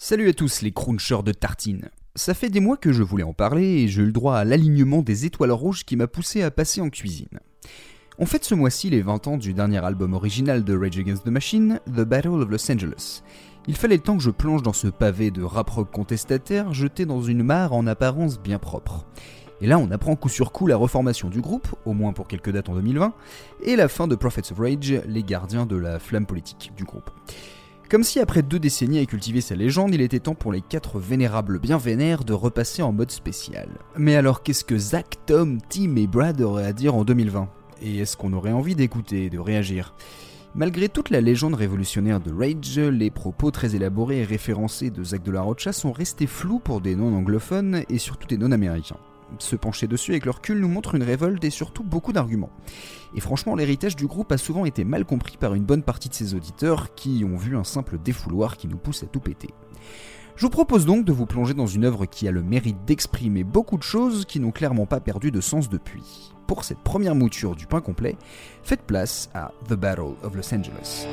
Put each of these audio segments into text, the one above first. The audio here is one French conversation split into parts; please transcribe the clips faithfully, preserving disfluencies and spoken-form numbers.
Salut à tous les crunchers de tartines. Ça fait des mois que je voulais en parler et j'ai eu le droit à l'alignement des étoiles rouges qui m'a poussé à passer en cuisine. On fête ce mois-ci les vingt ans du dernier album original de Rage Against the Machine, The Battle of Los Angeles. Il fallait le temps que je plonge dans ce pavé de rap rock contestataire jeté dans une mare en apparence bien propre. Et là on apprend coup sur coup la reformation du groupe, au moins pour quelques dates en deux mille vingt, et la fin de Prophets of Rage, les gardiens de la flamme politique du groupe. Comme si après deux décennies à cultiver sa légende, il était temps pour les quatre vénérables bien vénères de repasser en mode spécial. Mais alors qu'est-ce que Zach, Tom, Tim et Brad auraient à dire en deux mille vingt ? Et est-ce qu'on aurait envie d'écouter et de réagir ? Malgré toute la légende révolutionnaire de Rage, les propos très élaborés et référencés de Zack de la Rocha sont restés flous pour des non-anglophones et surtout des non-américains. Se pencher dessus avec le recul nous montre une révolte et surtout beaucoup d'arguments. Et franchement, l'héritage du groupe a souvent été mal compris par une bonne partie de ses auditeurs qui ont vu un simple défouloir qui nous pousse à tout péter. Je vous propose donc de vous plonger dans une œuvre qui a le mérite d'exprimer beaucoup de choses qui n'ont clairement pas perdu de sens depuis. Pour cette première mouture du pain complet, faites place à The Battle of Los Angeles.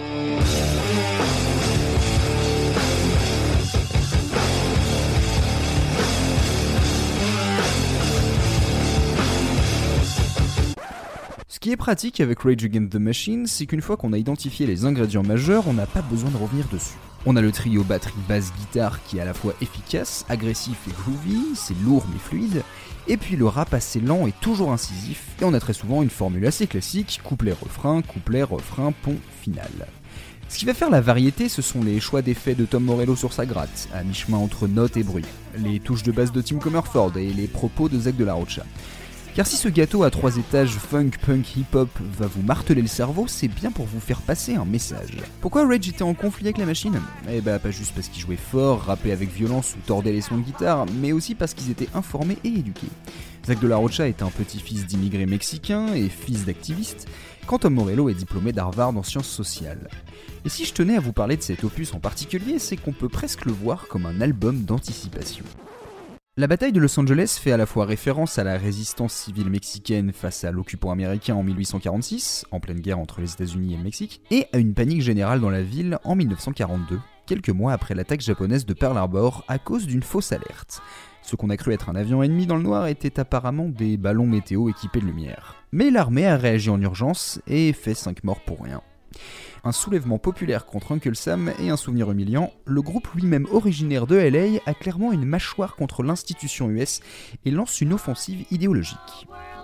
Ce qui est pratique avec Rage Against the Machine, c'est qu'une fois qu'on a identifié les ingrédients majeurs, on n'a pas besoin de revenir dessus. On a le trio batterie basse guitare qui est à la fois efficace, agressif et groovy, c'est lourd mais fluide, et puis le rap assez lent et toujours incisif, et on a très souvent une formule assez classique, couplet-refrain, couplet-refrain, pont final. Ce qui va faire la variété, ce sont les choix d'effets de Tom Morello sur sa gratte, à mi-chemin entre notes et bruit, les touches de basse de Tim Comerford et les propos de Zack de la Rocha. Car si ce gâteau à trois étages funk, punk, hip-hop va vous marteler le cerveau, c'est bien pour vous faire passer un message. Pourquoi Rage était en conflit avec la machine ? Eh bah pas juste parce qu'ils jouaient fort, rappaient avec violence ou tordaient les sons de guitare, mais aussi parce qu'ils étaient informés et éduqués. Zack de la Rocha est un petit-fils d'immigrés mexicains et fils d'activistes, quand Tom Morello est diplômé d'Harvard en sciences sociales. Et si je tenais à vous parler de cet opus en particulier, c'est qu'on peut presque le voir comme un album d'anticipation. La bataille de Los Angeles fait à la fois référence à la résistance civile mexicaine face à l'occupant américain en dix-huit cent quarante-six, en pleine guerre entre les États-Unis et le Mexique, et à une panique générale dans la ville en dix-neuf cent quarante-deux, quelques mois après l'attaque japonaise de Pearl Harbor à cause d'une fausse alerte. Ce qu'on a cru être un avion ennemi dans le noir était apparemment des ballons météo équipés de lumière. Mais l'armée a réagi en urgence et fait cinq morts pour rien. Un soulèvement populaire contre Uncle Sam et un souvenir humiliant, le groupe lui-même originaire de L A a clairement une mâchoire contre l'institution U S et lance une offensive idéologique.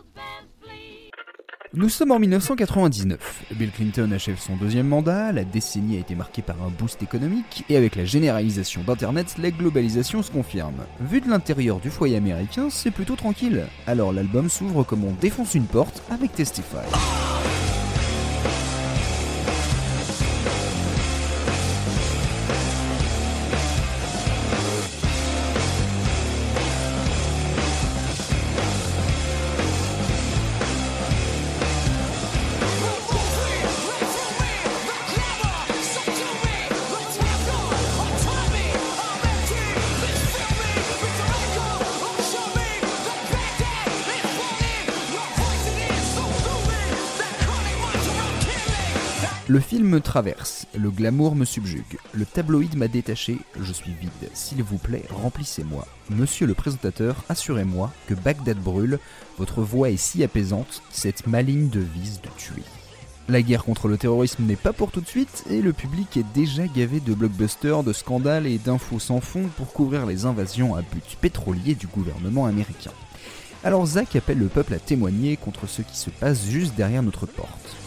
Nous sommes en dix-neuf cent quatre-vingt-dix-neuf, Bill Clinton achève son deuxième mandat, la décennie a été marquée par un boost économique et avec la généralisation d'Internet, la globalisation se confirme. Vu de l'intérieur du foyer américain, c'est plutôt tranquille, alors l'album s'ouvre comme on défonce une porte avec Testify. Le film me traverse, le glamour me subjugue, le tabloïd m'a détaché, je suis vide, s'il vous plaît, remplissez-moi. Monsieur le présentateur, assurez-moi que Bagdad brûle, votre voix est si apaisante, cette maligne devise de tuer. La guerre contre le terrorisme n'est pas pour tout de suite, et le public est déjà gavé de blockbusters, de scandales et d'infos sans fond pour couvrir les invasions à but pétrolier du gouvernement américain. Alors Zack appelle le peuple à témoigner contre ce qui se passe juste derrière notre porte.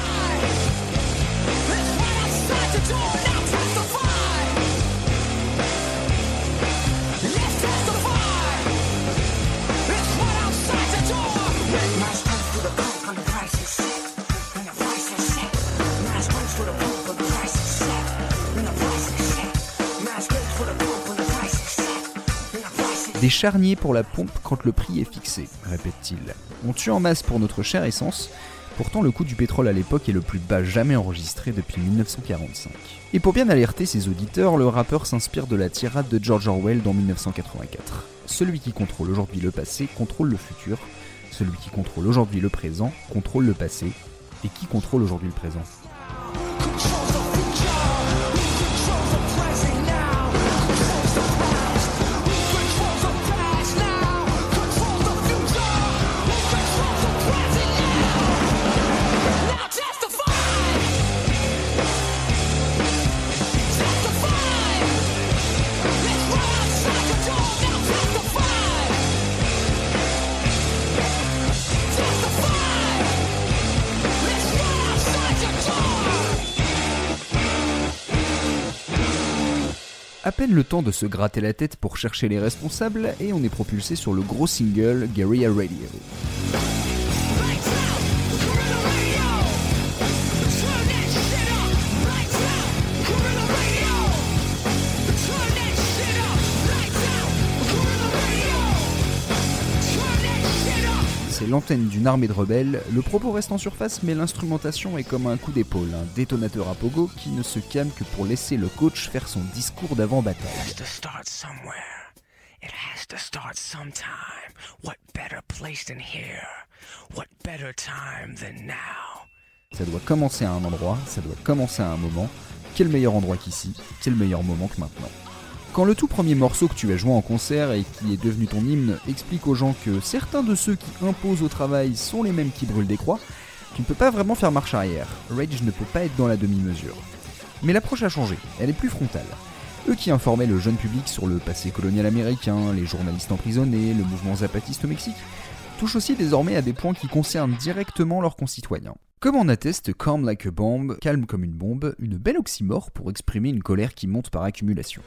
Des charniers pour la pompe quand le prix est fixé, répète-t-il. On tue en masse pour notre chère essence, pourtant le coût du pétrole à l'époque est le plus bas jamais enregistré depuis dix-neuf cent quarante-cinq. Et pour bien alerter ses auditeurs, le rappeur s'inspire de la tirade de George Orwell dans dix-neuf cent quatre-vingt-quatre. Celui qui contrôle aujourd'hui le passé contrôle le futur, celui qui contrôle aujourd'hui le présent contrôle le passé, et qui contrôle aujourd'hui le présent ? À peine le temps de se gratter la tête pour chercher les responsables et on est propulsé sur le gros single Guerrilla Radio. C'est l'antenne d'une armée de rebelles, le propos reste en surface mais l'instrumentation est comme un coup d'épaule, un détonateur à pogo qui ne se calme que pour laisser le coach faire son discours d'avant-bataille. Ça doit commencer à un endroit, ça doit commencer à un moment. Quel meilleur endroit qu'ici, quel meilleur moment que maintenant. Quand le tout premier morceau que tu as joué en concert et qui est devenu ton hymne explique aux gens que certains de ceux qui imposent au travail sont les mêmes qui brûlent des croix, tu ne peux pas vraiment faire marche arrière. Rage ne peut pas être dans la demi-mesure. Mais l'approche a changé, elle est plus frontale. Eux qui informaient le jeune public sur le passé colonial américain, les journalistes emprisonnés, le mouvement zapatiste au Mexique, touchent aussi désormais à des points qui concernent directement leurs concitoyens. Comme en atteste Calm Like a Bomb, calme comme une bombe, une belle oxymore pour exprimer une colère qui monte par accumulation.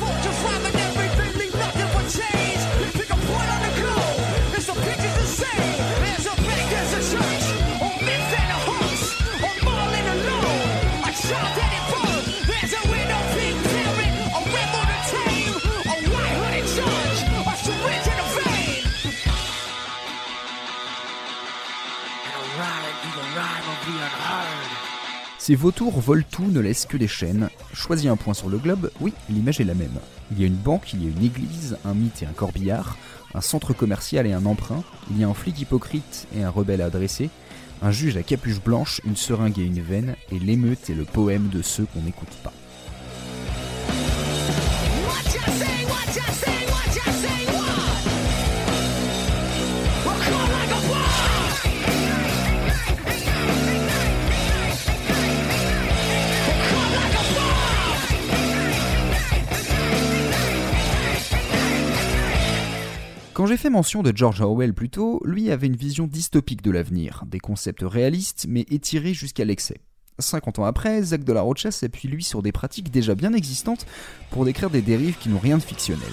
Ces vautours volent tout, ne laissent que des chaînes. Choisis un point sur le globe, oui, l'image est la même. Il y a une banque, il y a une église, un mythe et un corbillard, un centre commercial et un emprunt, il y a un flic hypocrite et un rebelle à adresser, un juge à capuche blanche, une seringue et une veine, et l'émeute est le poème de ceux qu'on n'écoute pas. Quand j'ai fait mention de George Orwell plus tôt, lui avait une vision dystopique de l'avenir, des concepts réalistes mais étirés jusqu'à l'excès. cinquante ans après, Zach de la Rocha s'appuie lui sur des pratiques déjà bien existantes pour décrire des dérives qui n'ont rien de fictionnel.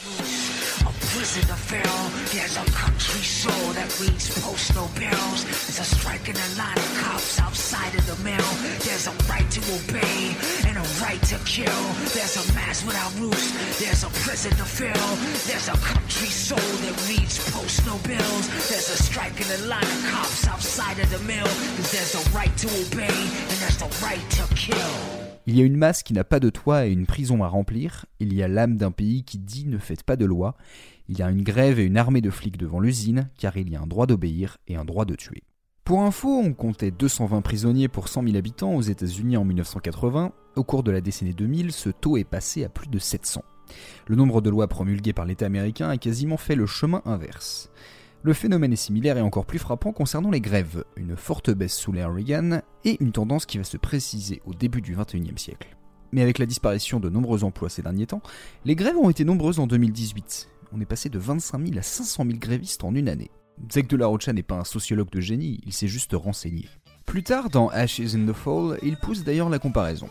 Il y a une masse qui n'a pas de toit et une prison à remplir, il y a l'âme d'un pays qui dit ne faites pas de loi, il y a une grève et une armée de flics devant l'usine, car il y a un droit d'obéir et un droit de tuer. Pour info, on comptait deux cent vingt prisonniers pour cent mille habitants aux États-Unis en dix-neuf cent quatre-vingts, au cours de la décennie deux mille, ce taux est passé à plus de sept cents. Le nombre de lois promulguées par l'État américain a quasiment fait le chemin inverse. Le phénomène est similaire et encore plus frappant concernant les grèves, une forte baisse sous l'ère Reagan et une tendance qui va se préciser au début du vingt et unième siècle. Mais avec la disparition de nombreux emplois ces derniers temps, les grèves ont été nombreuses en deux mille dix-huit. On est passé de vingt-cinq mille à cinq cent mille grévistes en une année. Zach de la Rocha n'est pas un sociologue de génie, il s'est juste renseigné. Plus tard, dans Ashes in the Fall, il pousse d'ailleurs la comparaison.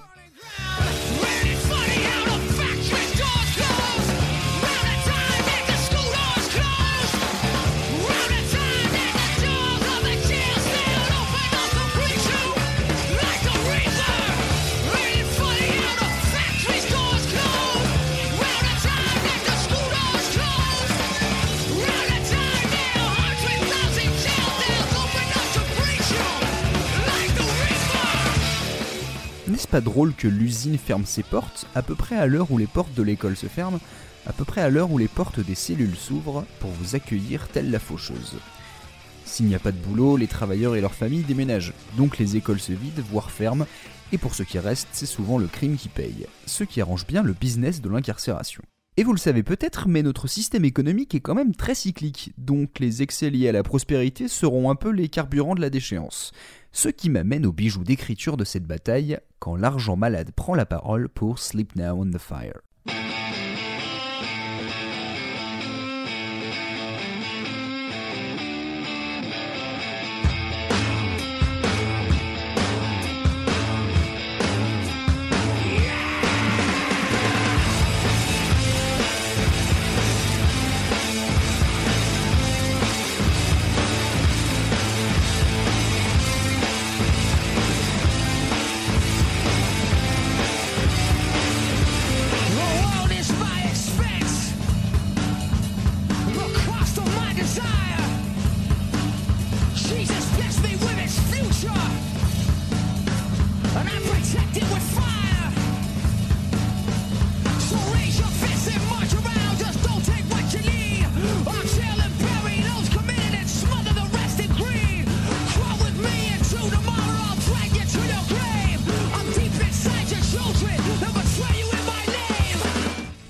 N'est-ce pas drôle que l'usine ferme ses portes à peu près à l'heure où les portes de l'école se ferment, à peu près à l'heure où les portes des cellules s'ouvrent pour vous accueillir telle la faucheuse. S'il n'y a pas de boulot, les travailleurs et leurs familles déménagent, donc les écoles se vident, voire ferment, et pour ceux qui restent, c'est souvent le crime qui paye, ce qui arrange bien le business de l'incarcération. Et vous le savez peut-être, mais notre système économique est quand même très cyclique, donc les excès liés à la prospérité seront un peu les carburants de la déchéance. Ce qui m'amène au bijou d'écriture de cette bataille, quand l'argent malade prend la parole pour Sleep Now on the Fire.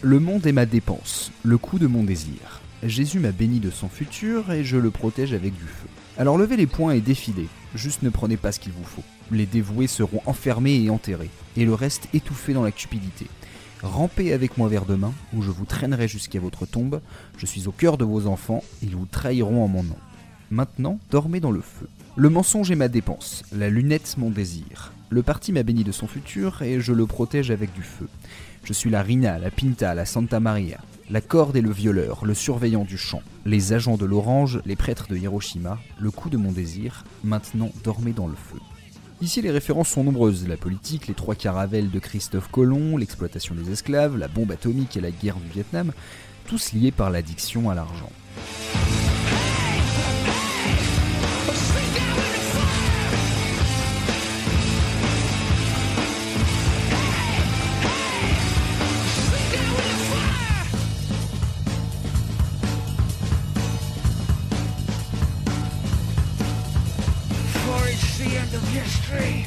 Le monde est ma dépense, le coût de mon désir. Jésus m'a béni de son futur et je le protège avec du feu. Alors levez les poings et défilez, juste ne prenez pas ce qu'il vous faut. Les dévoués seront enfermés et enterrés, et le reste étouffé dans la cupidité. Rampez avec moi vers demain, où je vous traînerai jusqu'à votre tombe, je suis au cœur de vos enfants, ils vous trahiront en mon nom. Maintenant, dormez dans le feu. Le mensonge est ma dépense, la lunette mon désir. Le parti m'a béni de son futur et je le protège avec du feu. Je suis la Rina, la Pinta, la Santa Maria, la corde et le violeur, le surveillant du champ, les agents de l'orange, les prêtres de Hiroshima, le coup de mon désir, maintenant dormez dans le feu. Ici les références sont nombreuses, la politique, les trois caravelles de Christophe Colomb, l'exploitation des esclaves, la bombe atomique et la guerre du Vietnam, tous liés par l'addiction à l'argent. Of history,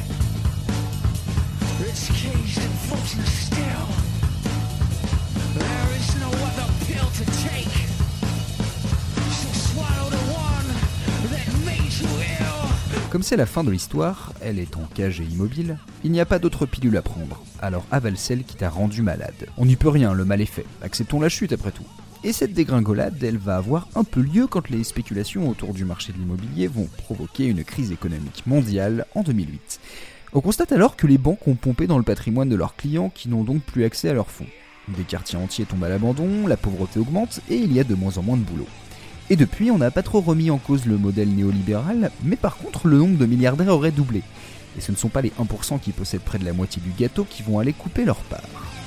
it's caged and floating still. There is no other pill to take, so swallow the one that made you ill. Comme c'est la fin de l'histoire, elle est en cage et immobile, il n'y a pas d'autre pilule à prendre, alors avale celle qui t'a rendu malade. On n'y peut rien, le mal est fait, acceptons la chute après tout. Et cette dégringolade, elle va avoir un peu lieu quand les spéculations autour du marché de l'immobilier vont provoquer une crise économique mondiale en deux mille huit. On constate alors que les banques ont pompé dans le patrimoine de leurs clients qui n'ont donc plus accès à leurs fonds. Des quartiers entiers tombent à l'abandon, la pauvreté augmente et il y a de moins en moins de boulot. Et depuis, on n'a pas trop remis en cause le modèle néolibéral, mais par contre, le nombre de milliardaires aurait doublé. Et ce ne sont pas les un pour cent qui possèdent près de la moitié du gâteau qui vont aller couper leur part.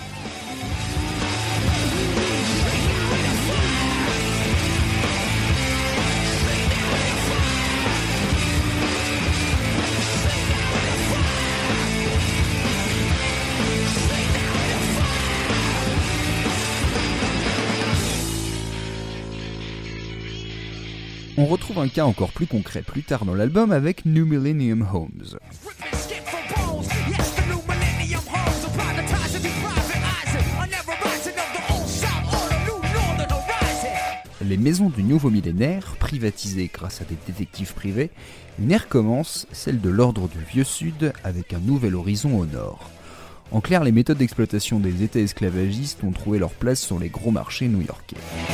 On retrouve un cas encore plus concret plus tard dans l'album avec New Millennium Homes. Les maisons du nouveau millénaire, privatisées grâce à des détectives privés, une ère commence, celle de l'ordre du vieux Sud, avec un nouvel horizon au nord. En clair, les méthodes d'exploitation des États esclavagistes ont trouvé leur place sur les gros marchés new-yorkais.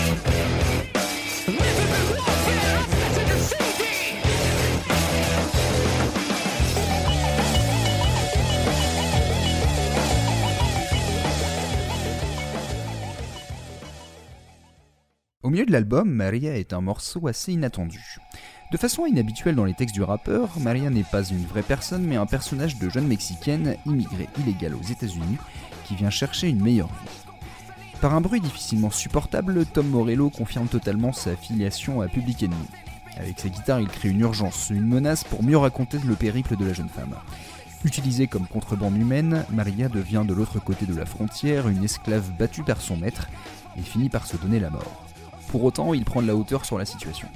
Au milieu de l'album, Maria est un morceau assez inattendu. De façon inhabituelle dans les textes du rappeur, Maria n'est pas une vraie personne mais un personnage de jeune mexicaine immigrée illégale aux États-Unis qui vient chercher une meilleure vie. Par un bruit difficilement supportable, Tom Morello confirme totalement sa filiation à Public Enemy. Avec sa guitare, il crée une urgence, une menace pour mieux raconter le périple de la jeune femme. Utilisée comme contrebande humaine, Maria devient de l'autre côté de la frontière une esclave battue par son maître et finit par se donner la mort. Pour autant, il prend de la hauteur sur la situation.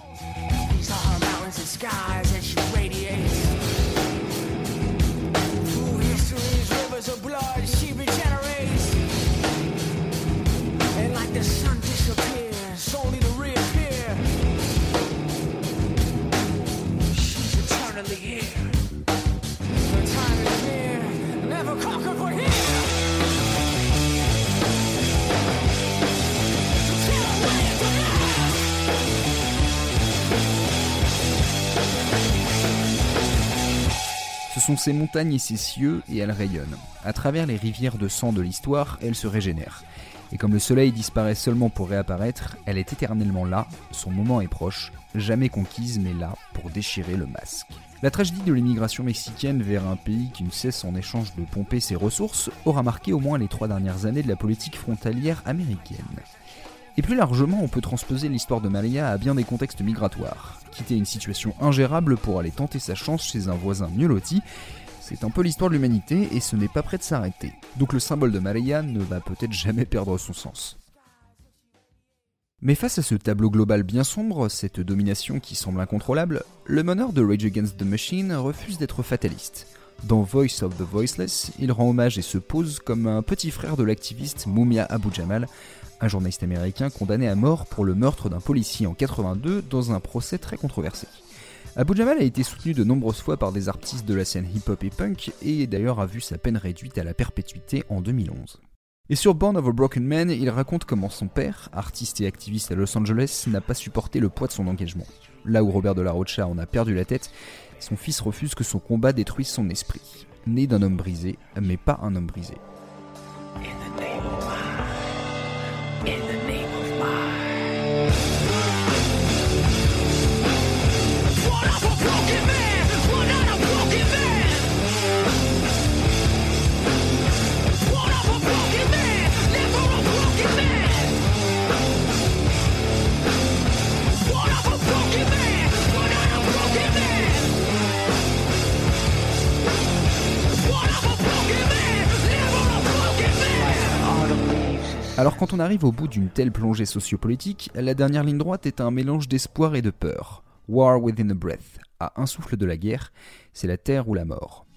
Ce sont ces montagnes et ces cieux, et elles rayonnent. À travers les rivières de sang de l'histoire, elle se régénère. Et comme le soleil disparaît seulement pour réapparaître, elle est éternellement là, son moment est proche, jamais conquise mais là pour déchirer le masque. La tragédie de l'immigration mexicaine vers un pays qui ne cesse en échange de pomper ses ressources aura marqué au moins les trois dernières années de la politique frontalière américaine. Et plus largement, on peut transposer l'histoire de Maria à bien des contextes migratoires. Quitter une situation ingérable pour aller tenter sa chance chez un voisin mieux loti, c'est un peu l'histoire de l'humanité et ce n'est pas prêt de s'arrêter. Donc le symbole de Maria ne va peut-être jamais perdre son sens. Mais face à ce tableau global bien sombre, cette domination qui semble incontrôlable, le meneur de Rage Against the Machine refuse d'être fataliste. Dans Voice of the Voiceless, il rend hommage et se pose comme un petit frère de l'activiste Mumia Abu Jamal, un journaliste américain condamné à mort pour le meurtre d'un policier en quatre-vingt-deux dans un procès très controversé. Abu Jamal a été soutenu de nombreuses fois par des artistes de la scène hip-hop et punk et d'ailleurs a vu sa peine réduite à la perpétuité en deux mille onze. Et sur Born of a Broken Man, il raconte comment son père, artiste et activiste à Los Angeles, n'a pas supporté le poids de son engagement. Là où Robert de la Rocha en a perdu la tête, son fils refuse que son combat détruise son esprit. Né d'un homme brisé, mais pas un homme brisé. Alors quand on arrive au bout d'une telle plongée sociopolitique, la dernière ligne droite est un mélange d'espoir et de peur. War within a breath, à un souffle de la guerre, c'est la terre ou la mort.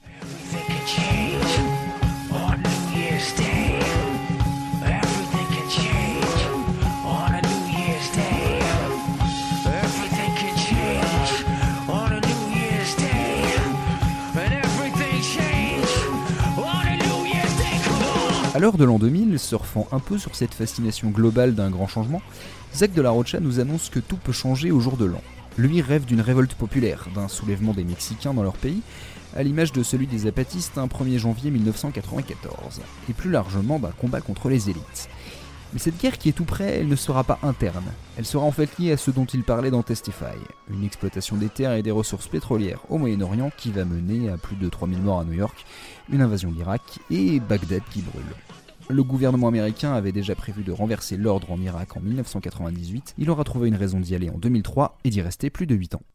À l'heure de l'an deux mille, surfant un peu sur cette fascination globale d'un grand changement, Zach de la Rocha nous annonce que tout peut changer au jour de l'an. Lui rêve d'une révolte populaire, d'un soulèvement des Mexicains dans leur pays, à l'image de celui des apatistes un premier janvier mille neuf cent quatre-vingt-quatorze, et plus largement d'un combat contre les élites. Mais cette guerre qui est tout près, elle ne sera pas interne. Elle sera en fait liée à ce dont il parlait dans Testify, une exploitation des terres et des ressources pétrolières au Moyen-Orient qui va mener à plus de trois mille morts à New York, une invasion d'Irak et Bagdad qui brûle. Le gouvernement américain avait déjà prévu de renverser l'ordre en Irak en mille neuf cent quatre-vingt-dix-huit, il aura trouvé une raison d'y aller en deux mille trois et d'y rester plus de huit ans.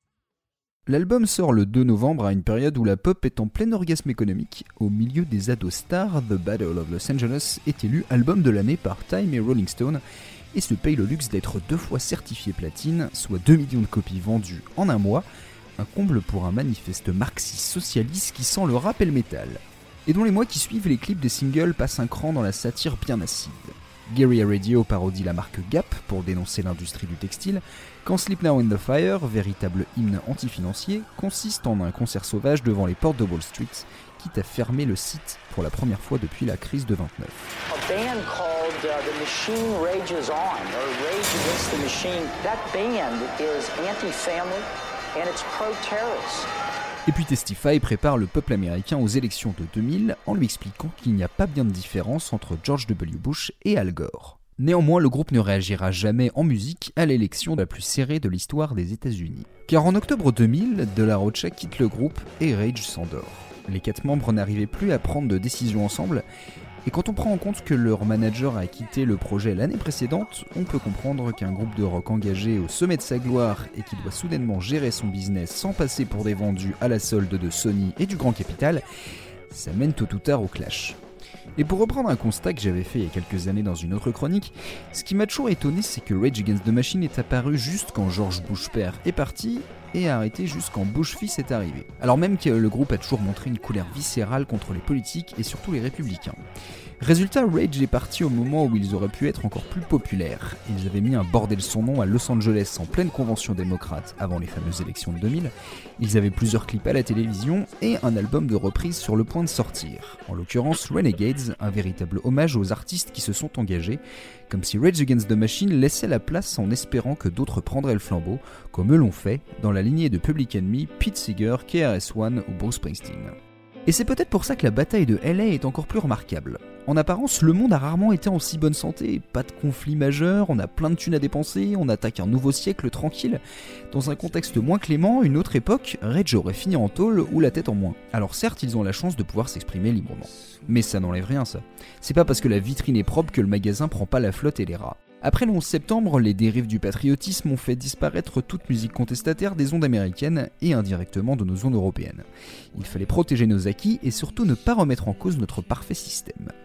L'album sort le deux novembre à une période où la pop est en plein orgasme économique. Au milieu des ados stars, The Battle of Los Angeles est élu album de l'année par Time et Rolling Stone et se paye le luxe d'être deux fois certifié platine, soit deux millions de copies vendues en un mois, un comble pour un manifeste marxiste-socialiste qui sent le rap et le métal. Et dans les mois qui suivent, les clips des singles passent un cran dans la satire bien acide. Guerrilla Radio parodie la marque Gap pour dénoncer l'industrie du textile, quand Sleep Now in the Fire, véritable hymne anti-financier, consiste en un concert sauvage devant les portes de Wall Street, quitte à fermer le site pour la première fois depuis la crise de vingt-neuf. A band called uh, The Machine Rages On, or Rage Against the Machine. That band is anti-family and it's pro-terrorist. Et puis Testify prépare le peuple américain aux élections de deux mille en lui expliquant qu'il n'y a pas bien de différence entre George W. Bush et Al Gore. Néanmoins, le groupe ne réagira jamais en musique à l'élection la plus serrée de l'histoire des États-Unis. Car en octobre deux mille, De La Rocha quitte le groupe et Rage s'endort. Les quatre membres n'arrivaient plus à prendre de décisions ensemble, et quand on prend en compte que leur manager a quitté le projet l'année précédente, on peut comprendre qu'un groupe de rock engagé au sommet de sa gloire et qui doit soudainement gérer son business sans passer pour des vendus à la solde de Sony et du grand capital, ça mène tôt ou tard au clash. Et pour reprendre un constat que j'avais fait il y a quelques années dans une autre chronique, ce qui m'a toujours étonné, c'est que Rage Against the Machine est apparu juste quand George Bush père est parti et a arrêté juste quand Bush fils est arrivé. Alors même que le groupe a toujours montré une colère viscérale contre les politiques et surtout les républicains. Résultat, Rage est parti au moment où ils auraient pu être encore plus populaires. Ils avaient mis un bordel sans nom à Los Angeles en pleine convention démocrate avant les fameuses élections de deux mille. Ils avaient plusieurs clips à la télévision et un album de reprise sur le point de sortir. En l'occurrence, Renegades, un véritable hommage aux artistes qui se sont engagés, comme si Rage Against the Machine laissait la place en espérant que d'autres prendraient le flambeau, comme eux l'ont fait, dans la lignée de Public Enemy, Pete Seeger, K R S One ou Bruce Springsteen. Et c'est peut-être pour ça que la bataille de L A est encore plus remarquable. En apparence, le monde a rarement été en si bonne santé, pas de conflit majeur, on a plein de thunes à dépenser, on attaque un nouveau siècle tranquille. Dans un contexte moins clément, une autre époque, Rage aurait fini en tôle ou la tête en moins. Alors certes, ils ont la chance de pouvoir s'exprimer librement. Mais ça n'enlève rien ça. C'est pas parce que la vitrine est propre que le magasin prend pas la flotte et les rats. Après le onze septembre, les dérives du patriotisme ont fait disparaître toute musique contestataire des ondes américaines et indirectement de nos ondes européennes. Il fallait protéger nos acquis et surtout ne pas remettre en cause notre parfait système.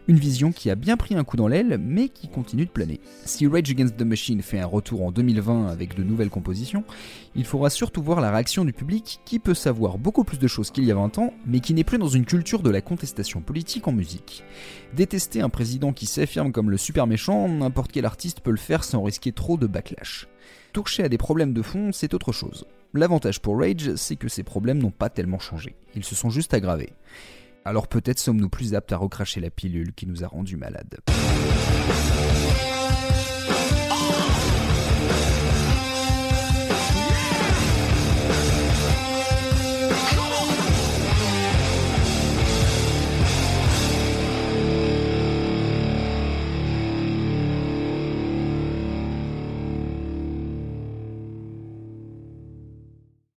Une vision qui a bien pris un coup dans l'aile, mais qui continue de planer. Si Rage Against the Machine fait un retour en deux mille vingt avec de nouvelles compositions, il faudra surtout voir la réaction du public qui peut savoir beaucoup plus de choses qu'il y a vingt ans, mais qui n'est plus dans une culture de la contestation politique en musique. Détester un président qui s'affirme comme le super méchant, n'importe quel artiste peut le faire sans risquer trop de backlash. Toucher à des problèmes de fond, c'est autre chose. L'avantage pour Rage, c'est que ces problèmes n'ont pas tellement changé, ils se sont juste aggravés. Alors peut-être sommes-nous plus aptes à recracher la pilule qui nous a rendus malades.